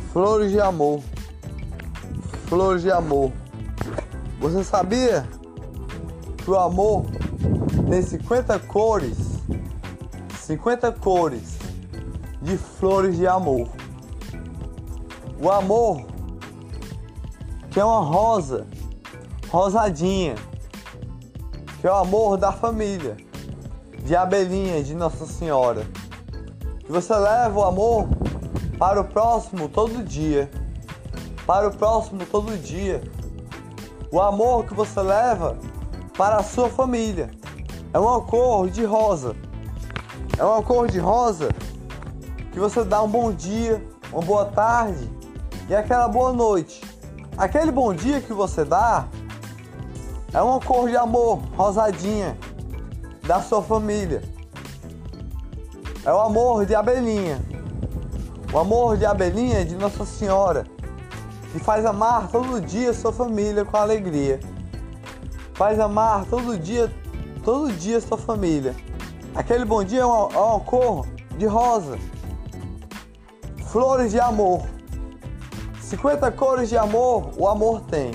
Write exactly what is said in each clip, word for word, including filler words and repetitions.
Flores de amor. Flores de amor. Você sabia que o amor tem cinquenta cores? cinquenta cores de flores de amor. O amor, que é uma rosa, rosadinha, que é o amor da família, de abelhinha de Nossa Senhora. Que você leva o amor para o próximo todo dia. Para o próximo todo dia. O amor que você leva para a sua família. É uma cor de rosa. É uma cor de rosa que você dá um bom dia, uma boa tarde e aquela boa noite. Aquele bom dia que você dá é uma cor de amor rosadinha da sua família. É o amor de abelhinha. O amor de abelhinha de Nossa Senhora, que faz amar todo dia sua família com alegria. Faz amar todo dia, todo dia sua família. Aquele bom dia é uma, é uma cor de rosa. Flores de amor. cinquenta cores de amor o amor tem.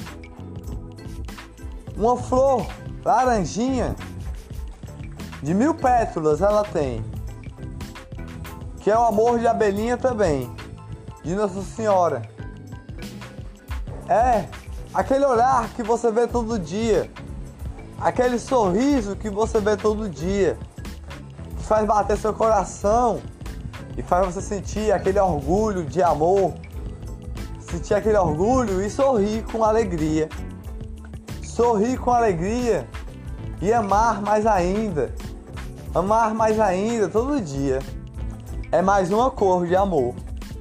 Uma flor laranjinha de mil pétalas ela tem, que é o amor de abelhinha também, de Nossa Senhora. É aquele olhar que você vê todo dia, aquele sorriso que você vê todo dia, que faz bater seu coração e faz você sentir aquele orgulho de amor, sentir aquele orgulho e sorrir com alegria. Sorrir com alegria e amar mais ainda, amar mais ainda todo dia. É mais uma cor de amor.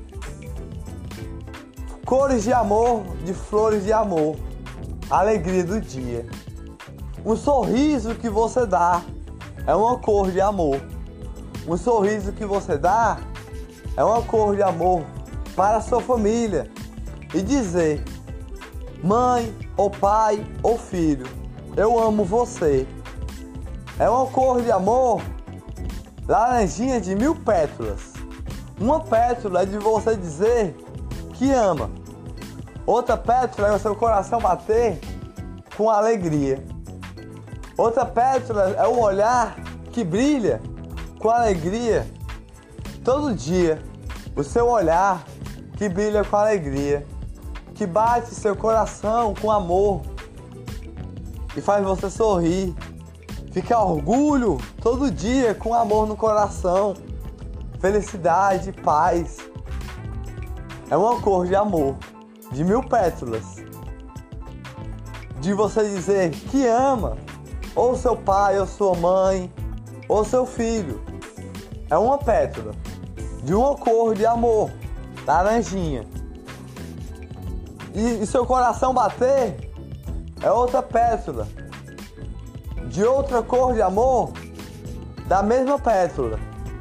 Cores de amor, de flores de amor. Alegria do dia. Um sorriso que você dá é uma cor de amor. Um sorriso que você dá é uma cor de amor para a sua família. E dizer: mãe, ou pai, ou filho, eu amo você. É uma cor de amor laranjinha de mil pétalas. Uma pétala é de você dizer que ama. Outra pétala é o seu coração bater com alegria. Outra pétala é o olhar que brilha com alegria. Todo dia, o seu olhar que brilha com alegria, que bate seu coração com amor e faz você sorrir. Fica orgulho todo dia com amor no coração, felicidade, paz. É uma cor de amor, de mil pétalas. De você dizer que ama, ou seu pai, ou sua mãe, ou seu filho. É uma pétala, de uma cor de amor, laranjinha. E, e seu coração bater é outra pétala, de outra cor de amor, da mesma pétala,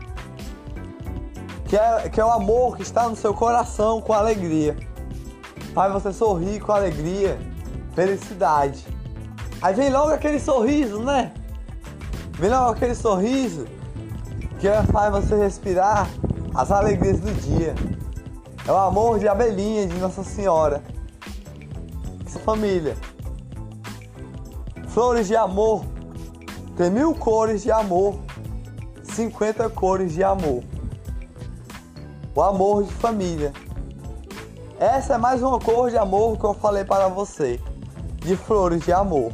que é, que é o amor que está no seu coração com alegria, faz você sorrir com alegria, felicidade. Aí vem logo aquele sorriso, né? Vem logo aquele sorriso que faz você respirar as alegrias do dia. É o amor de abelhinha de Nossa Senhora. Família. Flores de amor. Tem mil cores de amor. cinquenta cores de amor. O amor de família. Essa é mais uma cor de amor que eu falei para você. De flores de amor.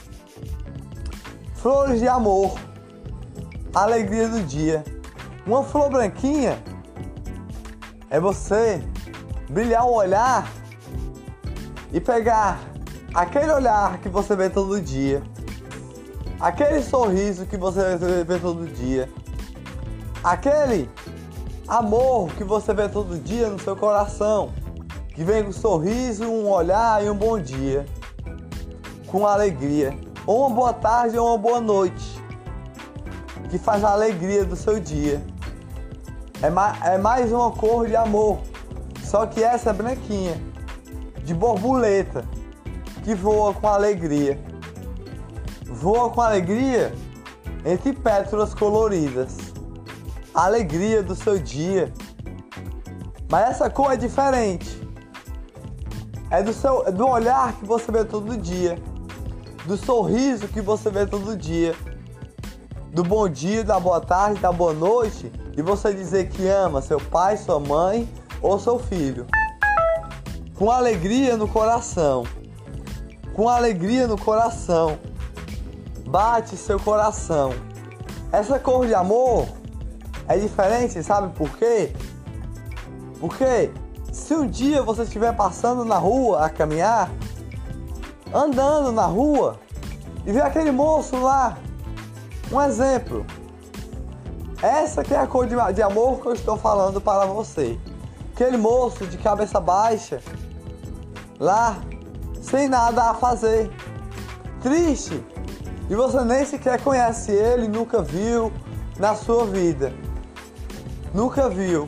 Flores de amor. Alegria do dia. Uma flor branquinha é você brilhar o olhar e pegar aquele olhar que você vê todo dia, aquele sorriso que você vê todo dia, aquele amor que você vê todo dia no seu coração, que vem com um sorriso, um olhar e um bom dia, com alegria, ou uma boa tarde ou uma boa noite, que faz a alegria do seu dia. É, ma- é mais uma cor de amor, só que essa é branquinha, de borboleta, que voa com alegria. Voa com alegria entre pétalas coloridas. A alegria do seu dia, Mas essa cor é diferente. É do, seu, é do olhar que você vê todo dia. Do sorriso que você vê todo dia. Do bom dia, da boa tarde, da boa noite. E você dizer que ama seu pai, sua mãe ou seu filho. Com alegria no coração. Com alegria no coração. Bate seu coração. Essa cor de amor é diferente, sabe por quê? Porque se um dia você estiver passando na rua a caminhar, andando na rua, e ver aquele moço lá, um exemplo, essa que é a cor de, de amor que eu estou falando para você. Aquele moço de cabeça baixa, lá, sem nada a fazer, triste, e você nem sequer conhece ele, nunca viu na sua vida, nunca viu.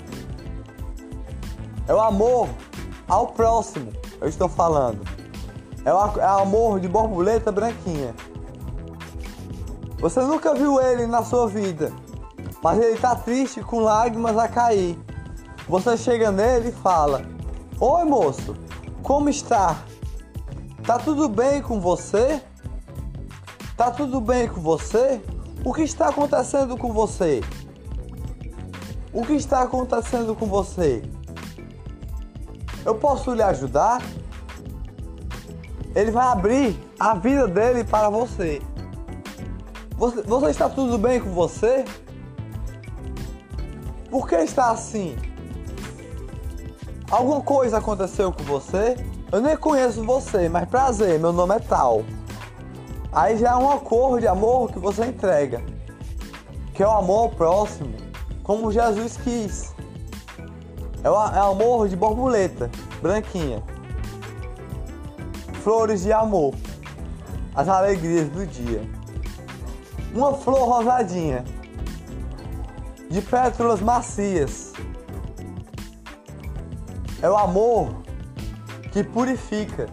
É o amor ao próximo, eu estou falando. É o, é o amor de borboleta branquinha. Você nunca viu ele na sua vida, mas ele está triste com lágrimas a cair. Você chega nele e fala: oi moço, como está? Tá tudo bem com você? Tá tudo bem com você? O que está acontecendo com você? O que está acontecendo com você? Eu posso lhe ajudar? Ele vai abrir a vida dele para você. Você, você está tudo bem com você? Por que está assim? Alguma coisa aconteceu com você? Eu nem conheço você, mas prazer, meu nome é tal. Aí já é um acordo de amor que você entrega, que é o amor ao próximo, como Jesus quis. É o, é o amor de borboleta branquinha. Flores de amor, as alegrias do dia. Uma flor rosadinha, de pétalas macias. É o amor que purifica.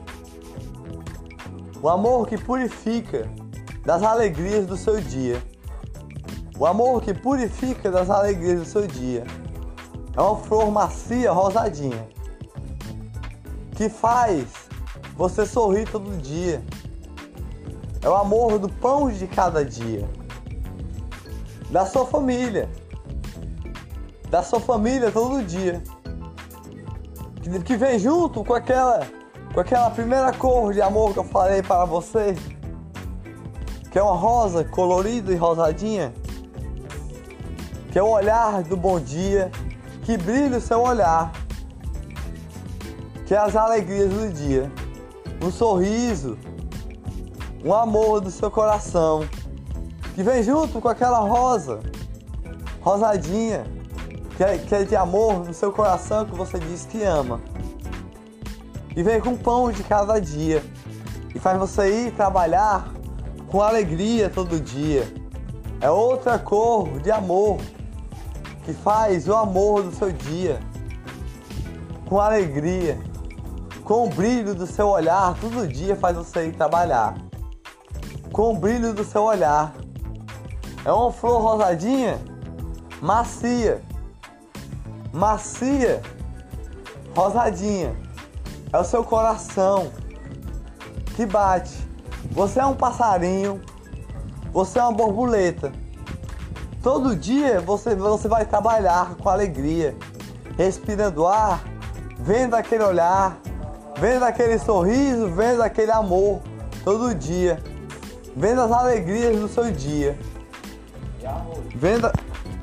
O amor que purifica das alegrias do seu dia. O amor que purifica das alegrias do seu dia. É uma flor macia, rosadinha, que faz você sorrir todo dia. É o amor do pão de cada dia. Da sua família. Da sua família todo dia. Que, que vem junto com aquela, com aquela primeira cor de amor que eu falei para você. Que é uma rosa colorida e rosadinha. Que é o olhar do bom dia. Que brilha o seu olhar. Que é as alegrias do dia. Um sorriso. Um amor do seu coração. Que vem junto com aquela rosa. Rosadinha. Que é, que é de amor no seu coração que você diz que ama. E vem com pão de cada dia. E faz você ir trabalhar com alegria todo dia. É outra cor de amor. Que faz o amor do seu dia com alegria, com o brilho do seu olhar, todo dia faz você ir trabalhar. Com o brilho do seu olhar. É uma flor rosadinha, macia, macia, rosadinha. É o seu coração que bate. Você é um passarinho, você é uma borboleta. Todo dia você, você vai trabalhar com alegria, respirando ar, vendo aquele olhar, vendo aquele sorriso, vendo aquele amor, todo dia, vendo as alegrias do seu dia, vendo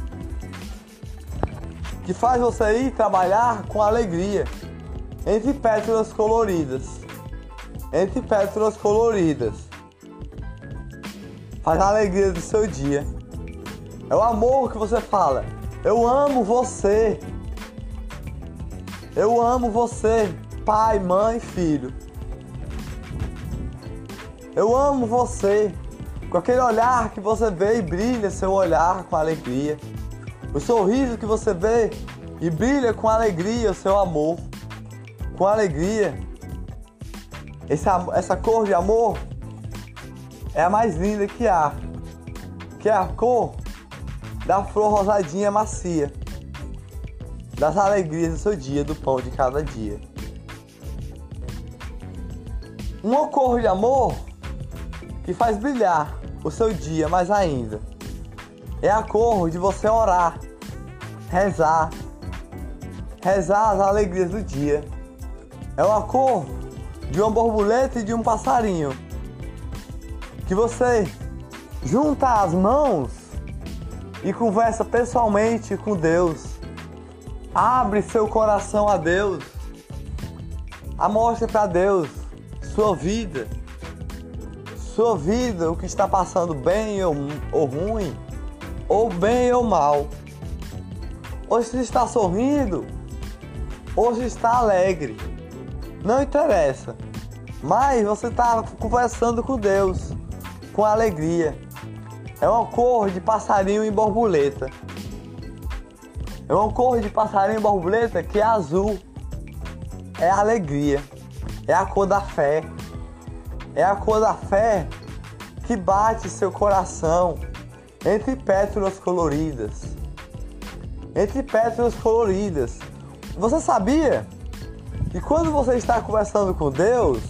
que faz você ir trabalhar com alegria, entre pétalas coloridas, entre pétalas coloridas, faz a alegria do seu dia. É o amor que você fala: eu amo você. Eu amo você, pai, mãe, filho. Eu amo você. Com aquele olhar que você vê e brilha seu olhar com alegria. O sorriso que você vê e brilha com alegria o seu amor. Com alegria. Essa, essa cor de amor é a mais linda que há. Que é a cor da flor rosadinha macia. das alegrias do seu dia, do pão de cada dia. Uma cor de amor que faz brilhar o seu dia mais ainda é a cor de você orar, rezar, rezar as alegrias do dia. É uma cor de uma borboleta e de um passarinho que você junta as mãos e conversa pessoalmente com Deus. Abre seu coração a Deus. Mostra para Deus sua vida. Sua vida, o que está passando bem ou, ou ruim, ou bem ou mal. Ou se está sorrindo, ou se está alegre. Não interessa. Mas você está conversando com Deus, com alegria. É uma cor de passarinho e borboleta. É uma cor de passarinho e borboleta que é azul. É a alegria. É a cor da fé. É a cor da fé que bate seu coração entre pétalas coloridas. Entre pétalas coloridas. Você sabia que quando você está conversando com Deus,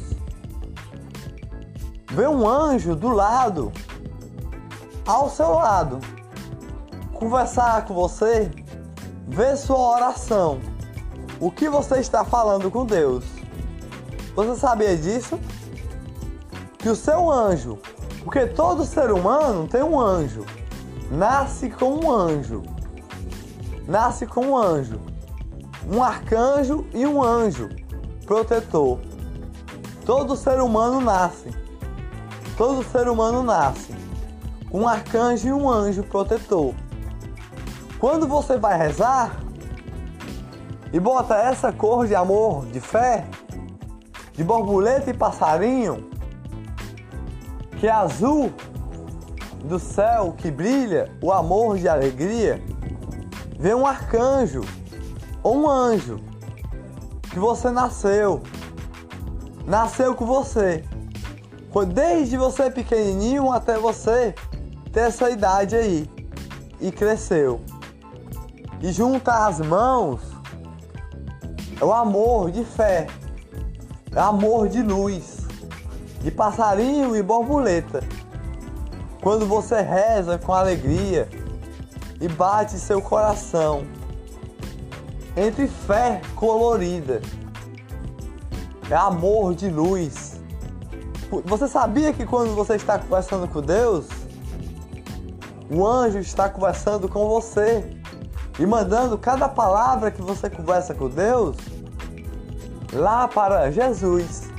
vem um anjo do lado, ao seu lado, conversar com você, ver sua oração, o que você está falando com Deus. Você sabia disso? Que o seu anjo, porque todo ser humano tem um anjo, nasce com um anjo, nasce com um anjo, um arcanjo e um anjo protetor. Todo ser humano nasce, todo ser humano nasce com um arcanjo e um anjo protetor. Quando você vai rezar e bota essa cor de amor, de fé, de borboleta e passarinho, que é azul do céu, que brilha, o amor de alegria, vem um arcanjo ou um anjo que você nasceu, nasceu com você, foi desde você pequenininho até você ter essa idade aí, e cresceu, e junta as mãos, é o amor de fé, é amor de luz, de passarinho e borboleta. Quando você reza com alegria e bate seu coração entre fé colorida, é amor de luz. Você sabia que quando você está conversando com Deus, o anjo está conversando com você e mandando cada palavra que você conversa com Deus lá para Jesus.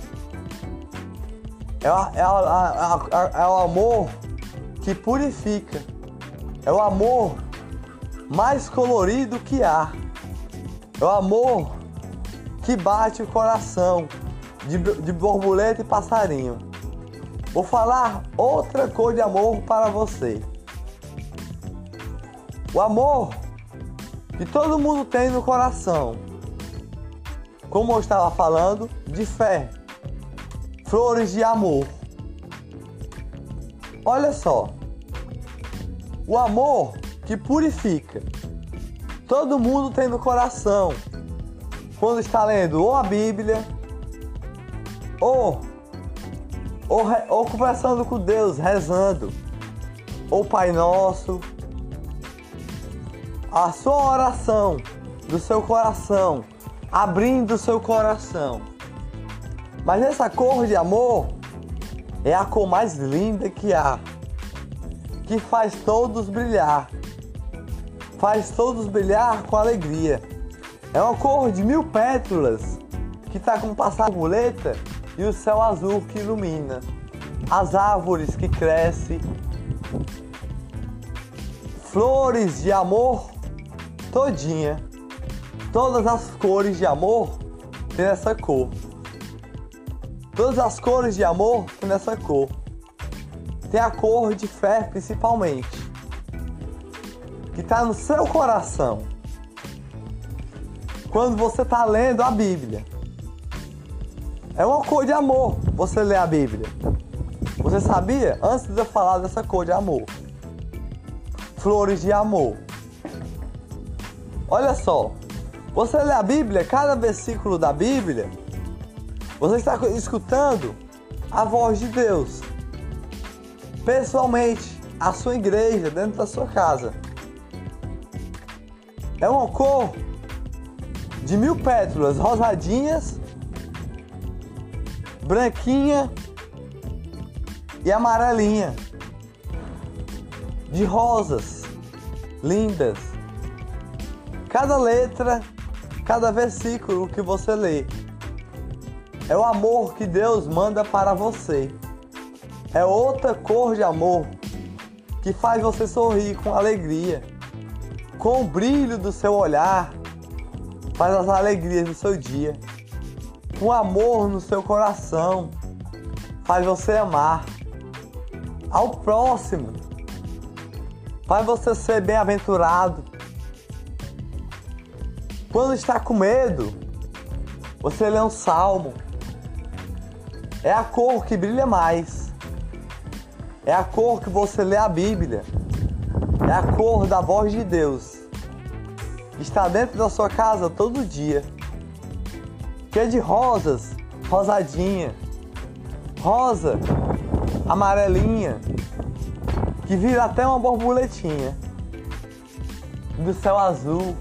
É, é, é, é o amor que purifica. É o amor mais colorido que há. É o amor que bate o coração de, de borboleta e passarinho. Vou falar outra cor de amor para você. O amor que todo mundo tem no coração. Como eu estava falando, de fé. Flores de amor. Olha só. O amor que purifica. Todo mundo tem no coração. Quando está lendo ou a Bíblia, ou, ou, ou conversando com Deus, rezando, ou Pai Nosso. A sua oração do seu coração, abrindo o seu coração. Mas essa cor de amor é a cor mais linda que há, que faz todos brilhar, faz todos brilhar com alegria. É uma cor de mil pétalas que está com passarinho borboleta e o céu azul que ilumina, as árvores que crescem, flores de amor todinha, todas as cores de amor tem essa cor. Todas as cores de amor tem nessa cor. Tem a cor de fé principalmente, que está no seu coração. Quando você está lendo a Bíblia, é uma cor de amor você lê a Bíblia. Você sabia? Antes de eu falar dessa cor de amor, flores de amor. Olha só, você lê a Bíblia, cada versículo da Bíblia, você está escutando a voz de Deus. Pessoalmente, a sua igreja, dentro da sua casa. É uma cor de mil pétalas rosadinhas, branquinha e amarelinha. De rosas lindas. Cada letra, cada versículo que você lê é o amor que Deus manda para você. É outra cor de amor que faz você sorrir com alegria, com o brilho do seu olhar, faz as alegrias do seu dia, com amor no seu coração, faz você amar ao próximo, faz você ser bem-aventurado. Quando está com medo, você lê um salmo. É a cor que brilha mais. É a cor que você lê a Bíblia. É a cor da voz de Deus. Está dentro da sua casa todo dia. Que é de rosas, rosadinha. Rosa, amarelinha. Que vira até uma borboletinha. Do céu azul.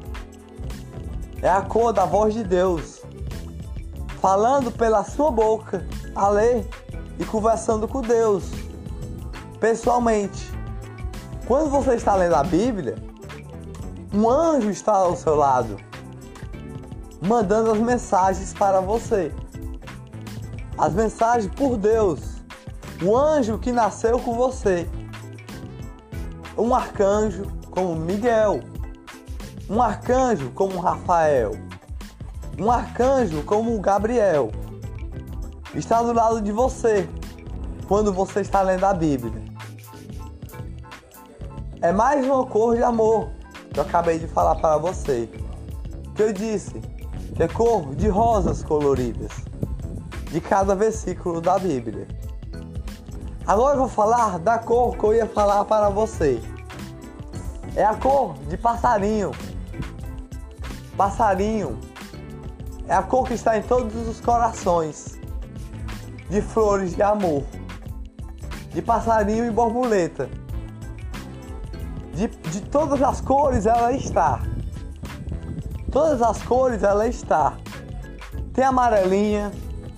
É a cor da voz de Deus, falando pela sua boca, a ler e conversando com Deus, pessoalmente. Quando você está lendo a Bíblia, um anjo está ao seu lado, mandando as mensagens para você. As mensagens por Deus, o anjo que nasceu com você. Um arcanjo como Miguel. Um arcanjo como Rafael, um arcanjo como Gabriel, está do lado de você quando você está lendo a Bíblia. É mais uma cor de amor que eu acabei de falar para você, que eu disse que é cor de rosas coloridas, de cada versículo da Bíblia. Agora eu vou falar da cor que eu ia falar para você. É a cor de passarinho. Passarinho é a cor que está em todos os corações, de flores de amor, de passarinho e borboleta. De, de todas as cores ela está. Todas as cores ela está. Tem amarelinha,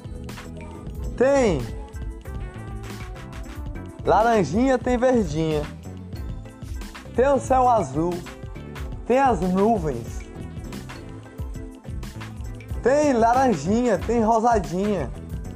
tem laranjinha, tem verdinha, tem o céu azul, tem as nuvens. Tem laranjinha, tem rosadinha.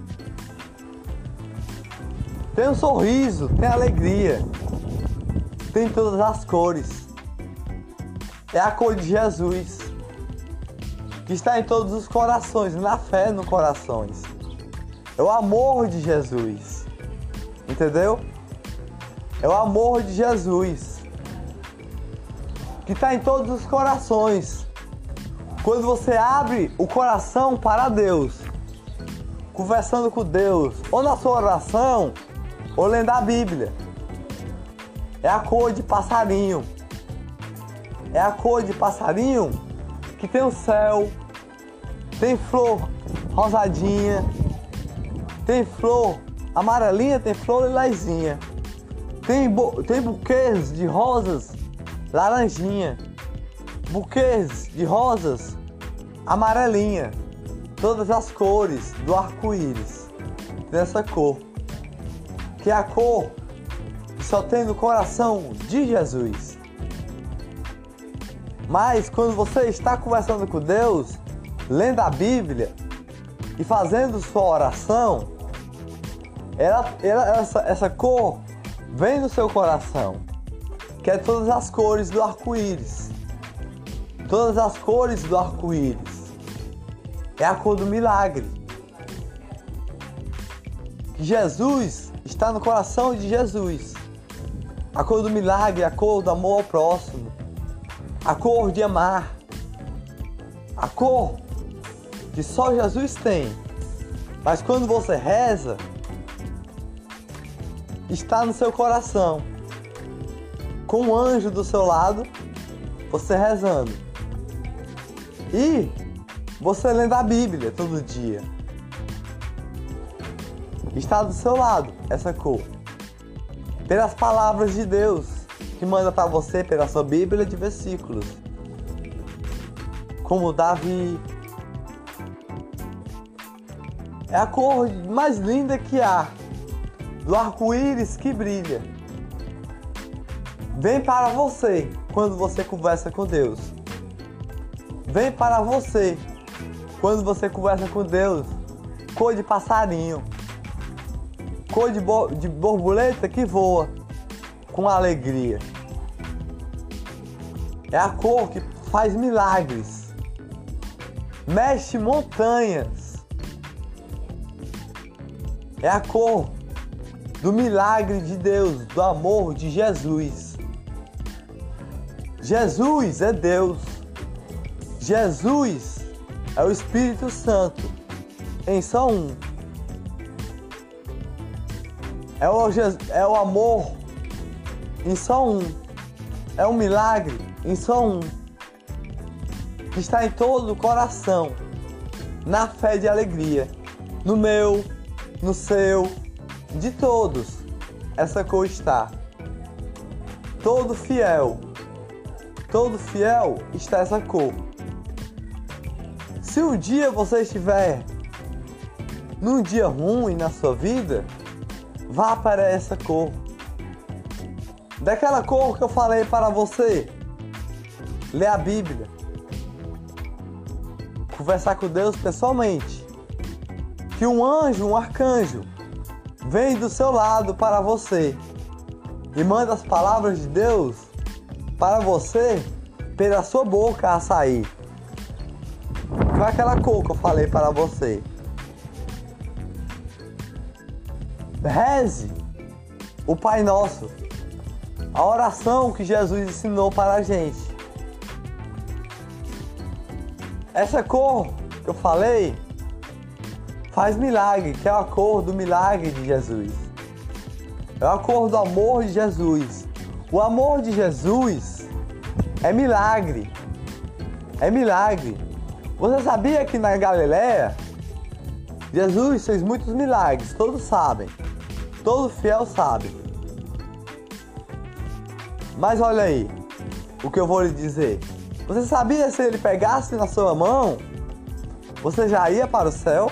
Tem um sorriso, tem alegria. Tem todas as cores. É a cor de Jesus, que está em todos os corações, na fé nos corações. É o amor de Jesus. Entendeu? É o amor de Jesus, que está em todos os corações. Quando você abre o coração para Deus, conversando com Deus, ou na sua oração, ou lendo a Bíblia, é a cor de passarinho. É a cor de passarinho que tem o céu, tem flor rosadinha, tem flor amarelinha, tem flor lilazinha, tem, tem buquês de rosas laranjinha, buquês de rosas amarelinha, todas as cores do arco-íris, dessa cor, que é a cor que só tem no coração de Jesus. Mas quando você está conversando com Deus, lendo a Bíblia e fazendo sua oração, ela, ela, essa, essa cor vem no seu coração, que é todas as cores do arco-íris. Todas as cores do arco-íris. É a cor do milagre. Que Jesus está no coração de Jesus. A cor do milagre, a cor do amor ao próximo. A cor de amar. A cor que só Jesus tem. Mas quando você reza, está no seu coração. Com um anjo do seu lado, você rezando. E você lendo a Bíblia todo dia. Está do seu lado essa cor. Pelas palavras de Deus que manda para você pela sua Bíblia de versículos. Como Davi. É a cor mais linda que há, do arco-íris que brilha. Vem para você quando você conversa com Deus. Vem para você quando você conversa com Deus. Cor de passarinho. Cor de, bo de borboleta que voa com alegria. É a cor que faz milagres. Mexe montanhas. É a cor do milagre de Deus, do amor de Jesus. Jesus é Deus. Jesus é o Espírito Santo em só um. É o, é o amor em só um. É o milagre em só um. Que está em todo o coração, na fé de alegria, no meu, no seu, de todos, essa cor está. Todo fiel, todo fiel está essa cor. Se um dia você estiver num dia ruim na sua vida, vá para essa cor. Daquela cor que eu falei para você. Ler a Bíblia. Conversar com Deus pessoalmente. Que um anjo, um arcanjo, vem do seu lado para você e manda as palavras de Deus para você pela sua boca a sair. Foi aquela cor que eu falei para você. Reze o Pai Nosso, a oração que Jesus ensinou para a gente. Essa cor que eu falei faz milagre, que é a cor do milagre de Jesus. É a cor do amor de Jesus. O amor de Jesus é milagre. É milagre. Você sabia que na Galileia Jesus fez muitos milagres? Todos sabem. Todo fiel sabe. Mas olha aí o que eu vou lhe dizer. Você sabia se ele pegasse na sua mão, você já ia para o céu?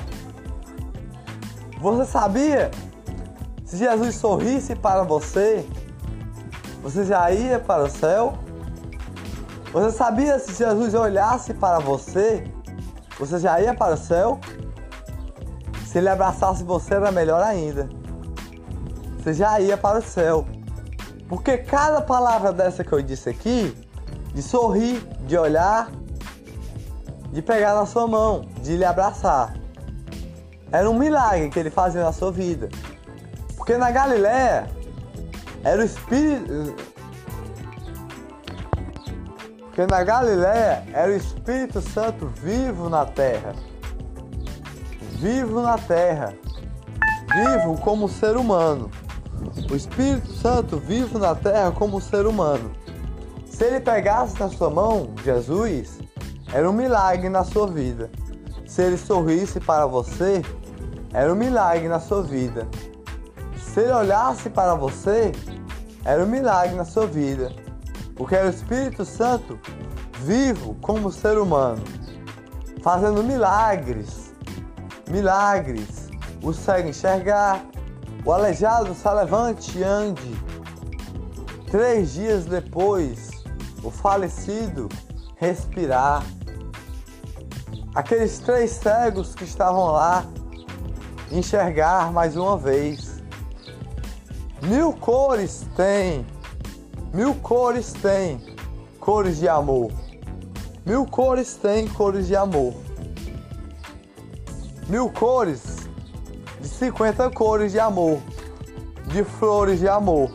Você sabia se Jesus sorrisse para você, você já ia para o céu? Você sabia se Jesus olhasse para você, você já ia para o céu? Se ele abraçasse você era melhor ainda. Você já ia para o céu. Porque cada palavra dessa que eu disse aqui, de sorrir, de olhar, de pegar na sua mão, de lhe abraçar, era um milagre que ele fazia na sua vida. Porque na Galileia era o Espírito. Porque na Galileia era o Espírito Santo vivo na terra. Vivo na terra. Vivo como ser humano. O Espírito Santo vivo na terra como ser humano. Se ele pegasse na sua mão, Jesus, era um milagre na sua vida. Se ele sorrisse para você, era um milagre na sua vida. Se ele olhasse para você, era um milagre na sua vida. Porque era o Espírito Santo vivo como ser humano, fazendo milagres. Milagres. O cego enxergar, o aleijado se levante e ande. Três dias depois, o falecido respirar. Aqueles três cegos que estavam lá enxergar mais uma vez. Mil cores tem, mil cores tem, cores de amor. Mil cores tem, cores de amor. Mil cores de cinquenta cores de amor, de flores de amor.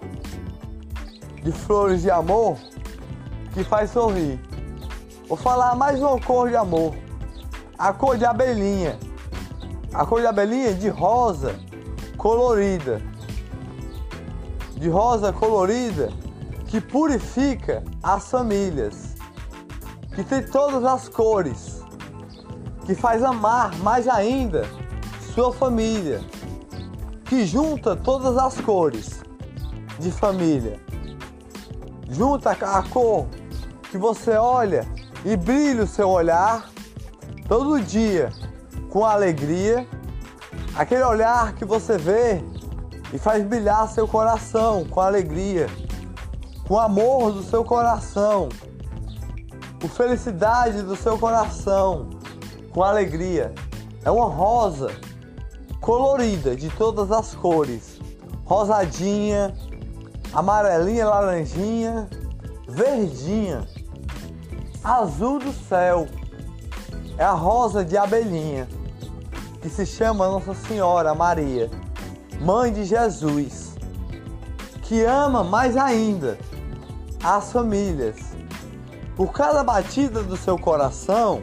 De flores de amor que faz sorrir. Vou falar mais uma cor de amor. A cor de abelhinha. A cor de abelhinha de rosa colorida. De rosa colorida que purifica as famílias. que tem todas as cores, que faz amar mais ainda sua família, que junta todas as cores de família, junta a cor que você olha e brilha o seu olhar todo dia com alegria, aquele olhar que você vê e faz brilhar seu coração com alegria, com o amor do seu coração, com felicidade do seu coração, com alegria. É uma rosa colorida de todas as cores, rosadinha, amarelinha, laranjinha, verdinha, azul do céu. É a rosa de abelhinha, que se chama Nossa Senhora Maria, Mãe de Jesus, que ama mais ainda as famílias. Por cada batida do seu coração,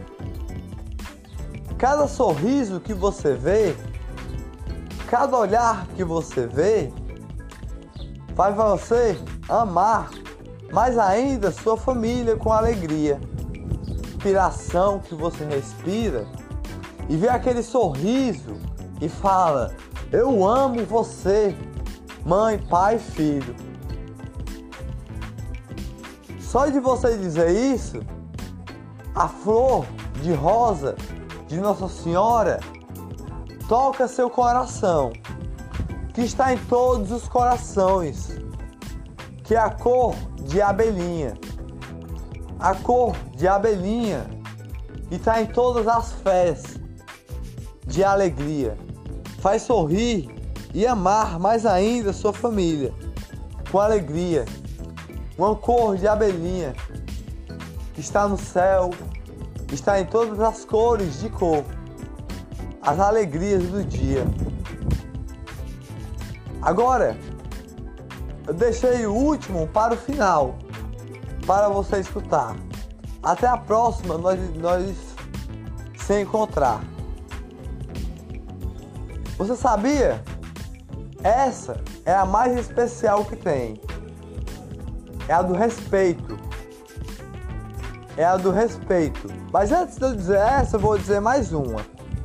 cada sorriso que você vê, cada olhar que você vê, faz você amar mais ainda sua família com alegria. Inspiração que você respira e vê aquele sorriso e fala: eu amo você, mãe, pai, filho. Só de você dizer isso, a flor de rosa de Nossa Senhora toca seu coração, que está em todos os corações, que é a cor de abelhinha. A cor de abelhinha que está em todas as fés de alegria. Faz sorrir e amar mais ainda sua família com alegria. Uma cor de abelhinha que está no céu, está em todas as cores de cor, as alegrias do dia. Agora, eu deixei o último para o final, para você escutar. Até a próxima, nós, nós se encontrar. Você sabia? Essa é a mais especial que tem. É a do respeito. É a do respeito. Mas antes de eu dizer essa, eu vou dizer mais uma.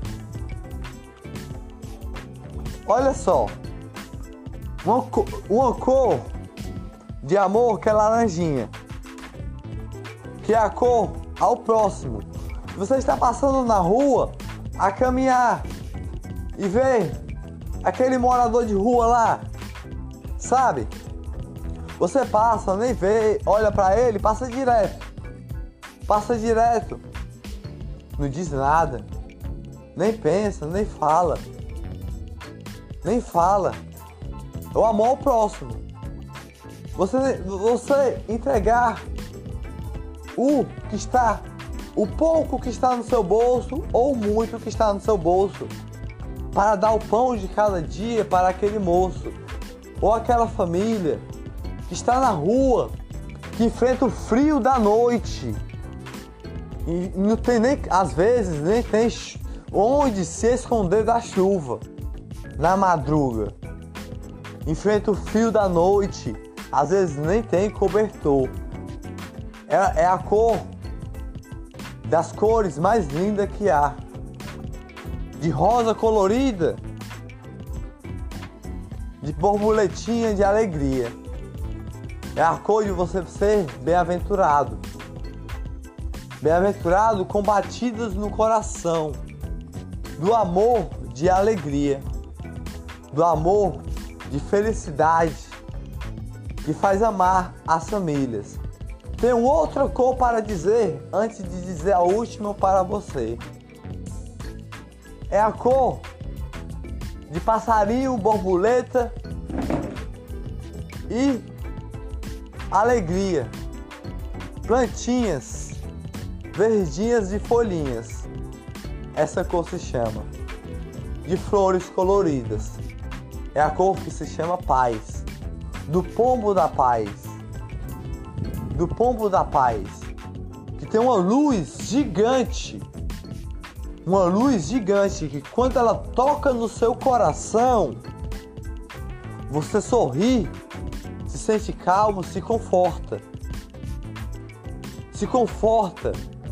Olha só. Uma, uma cor de amor que é laranjinha, que é a cor ao próximo. Você está passando na rua a caminhar e vê aquele morador de rua lá, sabe? Você passa, nem vê, olha pra ele, passa direto. Passa direto. Não diz nada. Nem pensa, nem fala. Nem fala. É o amor ao próximo. Você, você entregar o que está, o pouco que está no seu bolso ou muito que está no seu bolso, para dar o pão de cada dia para aquele moço ou aquela família que está na rua, que enfrenta o frio da noite e não tem nem, às vezes, nem tem onde se esconder da chuva na madruga. Enfrenta o frio da noite, às vezes nem tem cobertor. É, é a cor das cores mais lindas que há. De rosa colorida, de borboletinha de alegria. É a cor de você ser bem-aventurado. Bem-aventurado com batidas no coração. Do amor de alegria. Do amor de felicidade. Que faz amar as famílias. Tenho outra cor para dizer antes de dizer a última para você. É a cor de passarinho, borboleta e alegria. Plantinhas verdinhas e folhinhas. Essa cor se chama de flores coloridas. É a cor que se chama paz. Do pombo da paz. Do pombo da paz. Que tem uma luz gigante. Uma luz gigante que quando ela toca no seu coração, você sorri, se sente calmo, se conforta. Se conforta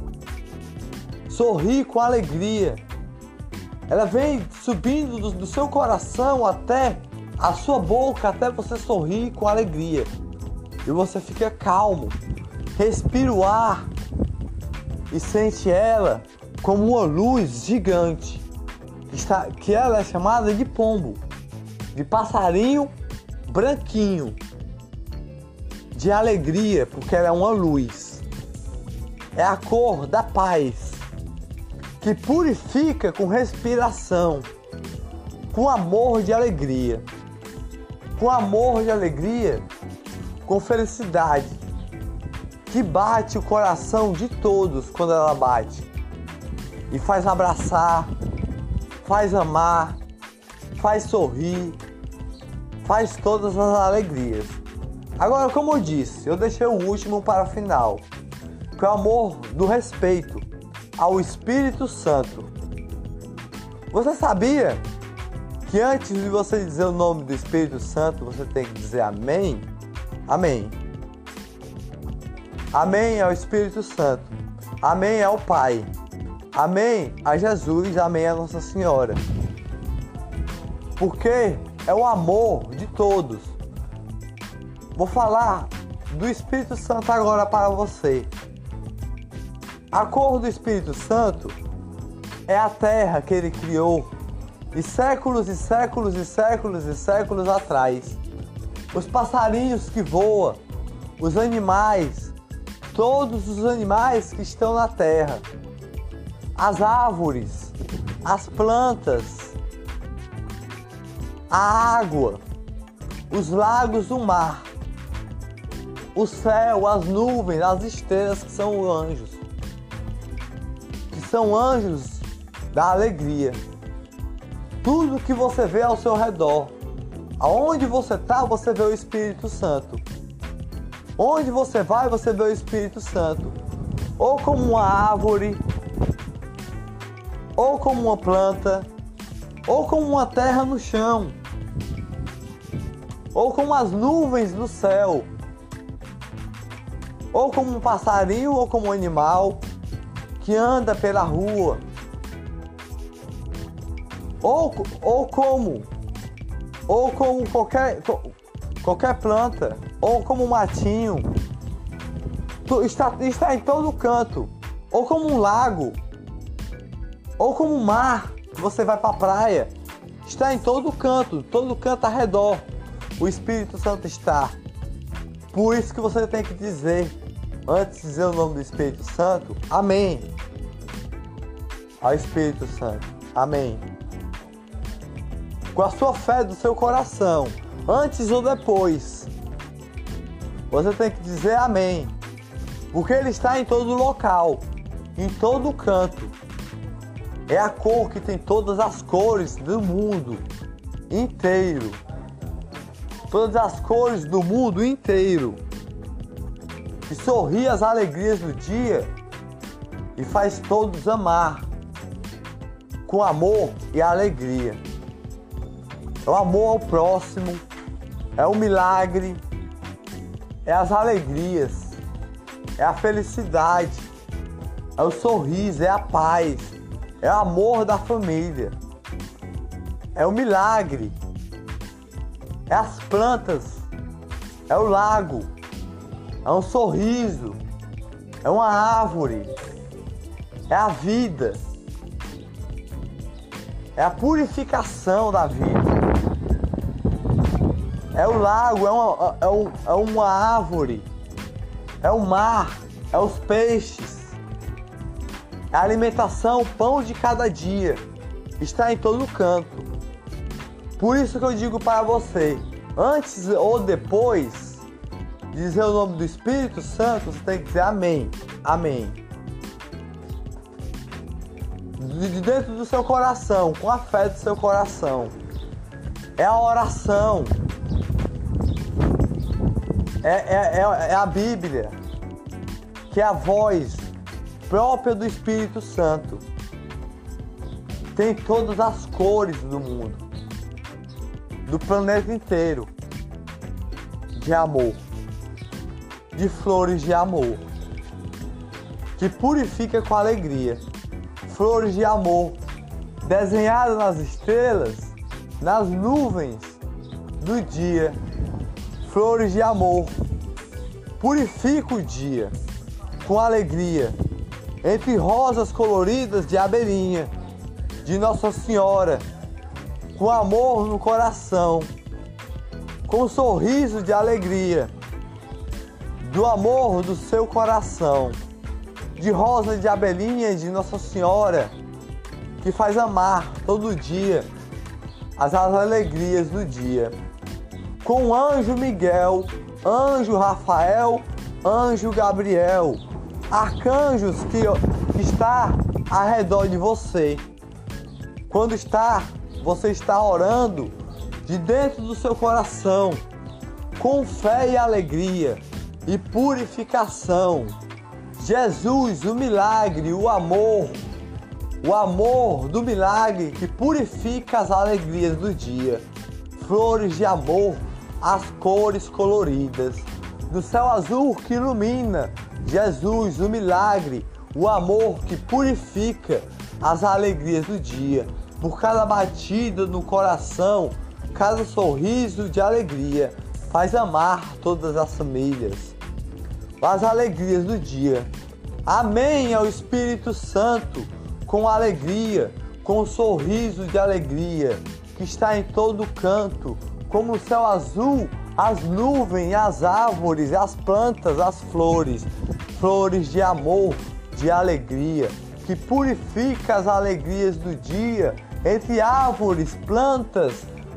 sorrir com alegria. Ela vem subindo do, do seu coração até a sua boca, até você sorrir com alegria. E você fica calmo, respira o ar e sente ela como uma luz gigante, que, está, que ela é chamada de pombo, de passarinho branquinho, de alegria, porque ela é uma luz. É a cor da paz, que purifica com respiração, com amor de alegria, com amor de alegria, com felicidade, que bate o coração de todos quando ela bate, e faz abraçar, faz amar, faz sorrir, faz todas as alegrias. Agora, como eu disse, eu deixei o último para o final, que é o amor do respeito ao Espírito Santo. Você sabia que antes de você dizer o nome do Espírito Santo, você tem que dizer amém? Amém. Amém ao Espírito Santo. Amém ao Pai. Amém a Jesus. Amém a Nossa Senhora. Porque é o amor de todos. Vou falar do Espírito Santo agora para você. A cor do Espírito Santo é a terra que ele criou e séculos e séculos e séculos e séculos atrás. Os passarinhos que voam, os animais, todos os animais que estão na terra, as árvores, as plantas, a água, os lagos do mar, o céu, as nuvens, as estrelas, que são anjos, que são anjos da alegria. Tudo que você vê ao seu redor, aonde você está, você vê o Espírito Santo. Onde você vai, você vê o Espírito Santo. Ou como uma árvore, ou como uma planta, ou como uma terra no chão, ou como as nuvens no céu, ou como um passarinho, ou como um animal que anda pela rua, ou, ou como ou como qualquer, qualquer planta, ou como um matinho, está, está em todo canto, ou como um lago, ou como um mar, você vai para a praia, está em todo canto, todo canto ao redor, o Espírito Santo está. Por isso que você tem que dizer, antes de dizer o nome do Espírito Santo, amém ao Espírito Santo, amém. Com a sua fé do seu coração, antes ou depois, você tem que dizer amém, porque ele está em todo local, em todo canto. É a cor que tem todas as cores do mundo inteiro, todas as cores do mundo inteiro, que sorri as alegrias do dia e faz todos amar com amor e alegria. É o amor ao próximo, é o milagre, é as alegrias, é a felicidade, é o sorriso, é a paz, é o amor da família, é o milagre, é as plantas, é o lago, é um sorriso, é uma árvore, é a vida, é a purificação da vida. É o lago, é uma, é, um, é uma árvore, é o mar, é os peixes, é a alimentação, o pão de cada dia, está em todo canto. Por isso que eu digo para você, antes ou depois de dizer o nome do Espírito Santo, você tem que dizer amém, amém. De dentro do seu coração, com a fé do seu coração. É a oração. É, é, é, é a Bíblia, que é a voz própria do Espírito Santo. Tem todas as cores do mundo, do planeta inteiro, de amor, de flores de amor, que purifica com alegria. flores de amor, desenhadas nas estrelas, nas nuvens do dia. Flores de amor, purifica o dia com alegria, entre rosas coloridas de abelhinha, de Nossa Senhora, com amor no coração, com um sorriso de alegria, do amor do seu coração, de rosa de abelhinha de Nossa Senhora, que faz amar todo dia as alegrias do dia. Com o anjo Miguel, anjo Rafael, anjo Gabriel, arcanjos que, que está ao redor de você. Quando está, você está orando de dentro do seu coração, com fé e alegria e purificação. Jesus, o milagre, o amor, o amor do milagre que purifica as alegrias do dia. Flores de amor, as cores coloridas, do céu azul que ilumina. Jesus, o milagre, o amor que purifica as alegrias do dia. Por cada batida no coração, cada sorriso de alegria, faz amar todas as famílias, as alegrias do dia. Amém ao Espírito Santo, com alegria, com um sorriso de alegria, que está em todo canto, como o céu azul, as nuvens, as árvores, as plantas, as flores, flores de amor, de alegria, que purifica as alegrias do dia, entre árvores, plantas,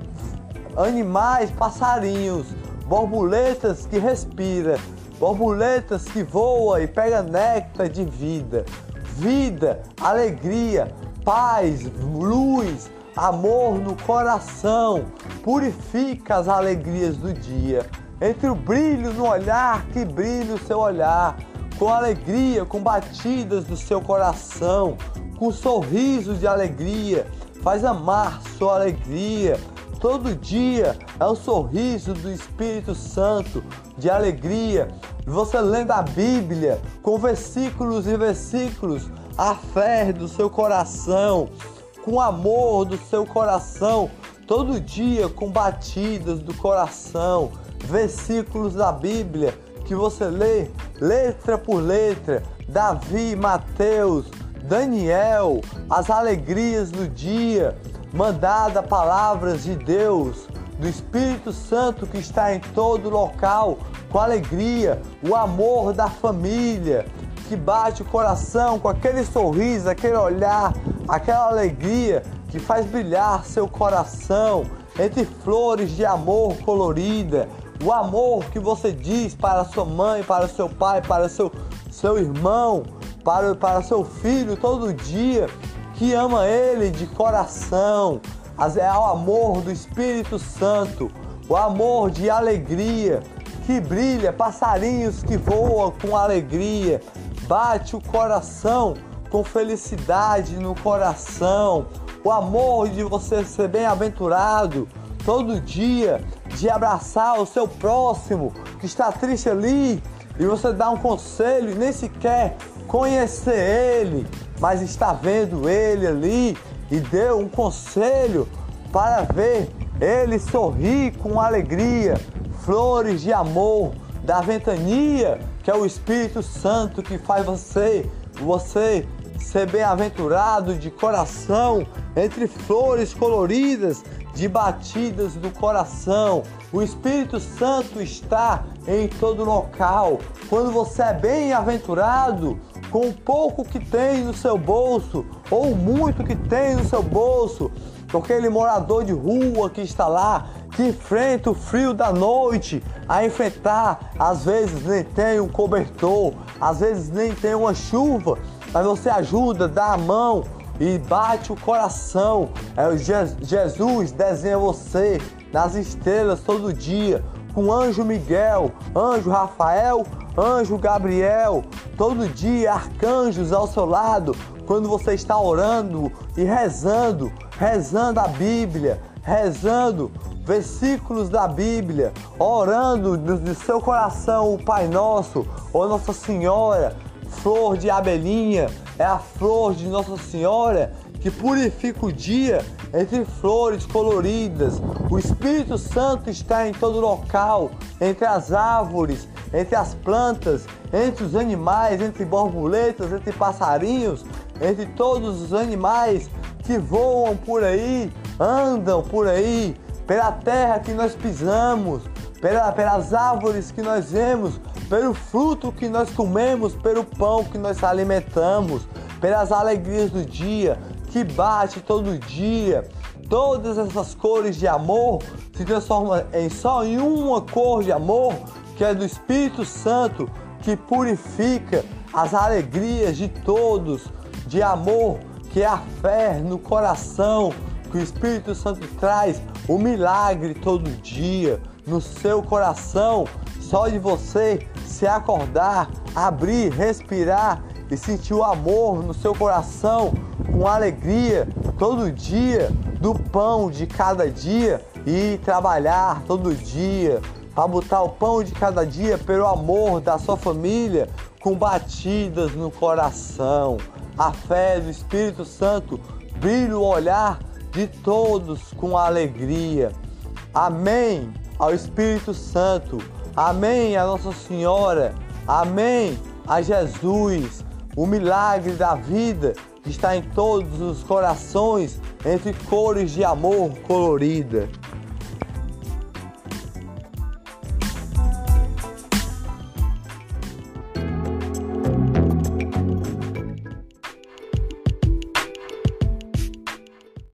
animais, passarinhos, borboletas que respira, borboletas que voa e pega néctar de vida, vida, alegria, paz, luz, amor no coração, purifica as alegrias do dia. Entre o brilho no olhar, que brilha o seu olhar, com alegria, com batidas do seu coração, com sorrisos de alegria, faz amar sua alegria. Todo dia é o sorriso do Espírito Santo de alegria. Você lendo a Bíblia com versículos e versículos, a fé do seu coração, com amor do seu coração, todo dia com batidas do coração, versículos da Bíblia que você lê, letra por letra, Davi, Mateus, Daniel, as alegrias do dia, mandada palavras de Deus, do Espírito Santo que está em todo local, com alegria, o amor da família, que bate o coração com aquele sorriso, aquele olhar, aquela alegria que faz brilhar seu coração, entre flores de amor colorida, o amor que você diz para sua mãe, para seu pai, para seu, seu irmão, para, para seu filho todo dia, que ama ele de coração. É o amor do Espírito Santo, o amor de alegria que brilha, passarinhos que voam com alegria, bate o coração com felicidade no coração, o amor de você ser bem-aventurado todo dia, de abraçar o seu próximo que está triste ali e você dá um conselho e nem sequer conhecer ele, mas está vendo ele ali e deu um conselho para ver ele sorrir com alegria. Flores de amor da ventania, que é o Espírito Santo que faz você, você ser bem-aventurado de coração, entre flores coloridas de batidas do coração. O Espírito Santo está em todo local. Quando você é bem-aventurado, com o pouco que tem no seu bolso, ou muito que tem no seu bolso, com aquele morador de rua que está lá, que enfrenta o frio da noite, a enfrentar, às vezes nem tem um cobertor, às vezes nem tem uma chuva, mas você ajuda, dá a mão e bate o coração. É, Jesus desenha você nas estrelas todo dia, com anjo Miguel, anjo Rafael, anjo Gabriel, todo dia arcanjos ao seu lado, quando você está orando e rezando, rezando a Bíblia, rezando versículos da Bíblia, orando do seu coração o Pai Nosso, ou Nossa Senhora, flor de abelhinha, é a flor de Nossa Senhora que purifica o dia entre flores coloridas. O Espírito Santo está em todo local, entre as árvores, entre as plantas, entre os animais, entre borboletas, entre passarinhos, entre todos os animais que voam por aí, andam por aí, pela terra que nós pisamos, pela, pelas árvores que nós vemos, pelo fruto que nós comemos, pelo pão que nós alimentamos, pelas alegrias do dia, que bate todo dia. Todas essas cores de amor se transformam em só em uma cor de amor, que é do Espírito Santo, que purifica as alegrias de todos, de amor, que é a fé no coração, que o Espírito Santo traz o milagre todo dia no seu coração. Só de você se acordar, abrir, respirar e sentir o amor no seu coração, com alegria todo dia, do pão de cada dia, e trabalhar todo dia para botar o pão de cada dia pelo amor da sua família, com batidas no coração. A fé do Espírito Santo brilha o olhar de todos com alegria. Amém ao Espírito Santo. Amém a Nossa Senhora. Amém a Jesus. O milagre da vida está em todos os corações, entre cores de amor colorida.